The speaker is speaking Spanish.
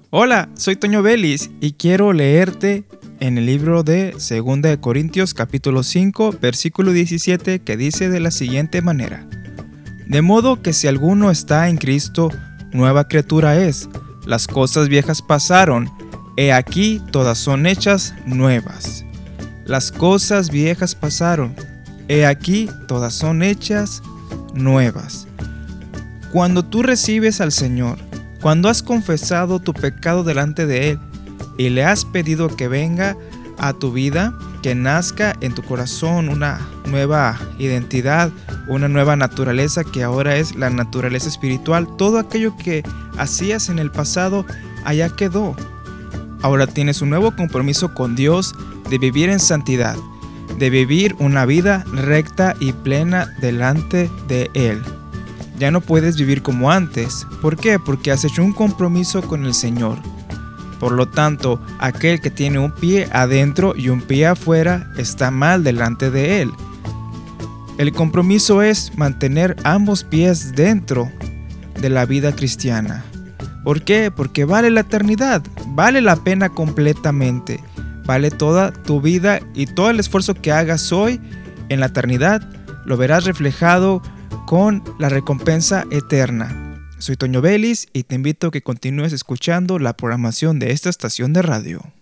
Hola, soy Toño Vélez y quiero leerte en el libro de 2 de Corintios capítulo 5 versículo 17 que dice de la siguiente manera: De modo que si alguno está en Cristo, nueva criatura es. Las cosas viejas pasaron, he aquí todas son hechas nuevas. Las cosas viejas pasaron, he aquí todas son hechas nuevas. Cuando tú recibes al Señor, cuando has confesado tu pecado delante de Él y le has pedido que venga a tu vida, que nazca en tu corazón una nueva identidad, una nueva naturaleza que ahora es la naturaleza espiritual, todo aquello que hacías en el pasado allá quedó. Ahora tienes un nuevo compromiso con Dios de vivir en santidad, de vivir una vida recta y plena delante de Él. Ya no puedes vivir como antes. ¿Por qué? Porque has hecho un compromiso con el Señor. Por lo tanto, aquel que tiene un pie adentro y un pie afuera está mal delante de Él. El compromiso es mantener ambos pies dentro de la vida cristiana. ¿Por qué? Porque vale la eternidad, vale la pena completamente. Vale toda tu vida y todo el esfuerzo que hagas hoy en la eternidad lo verás reflejado con la recompensa eterna. Soy Toño Vélez y te invito a que continúes escuchando la programación de esta estación de radio.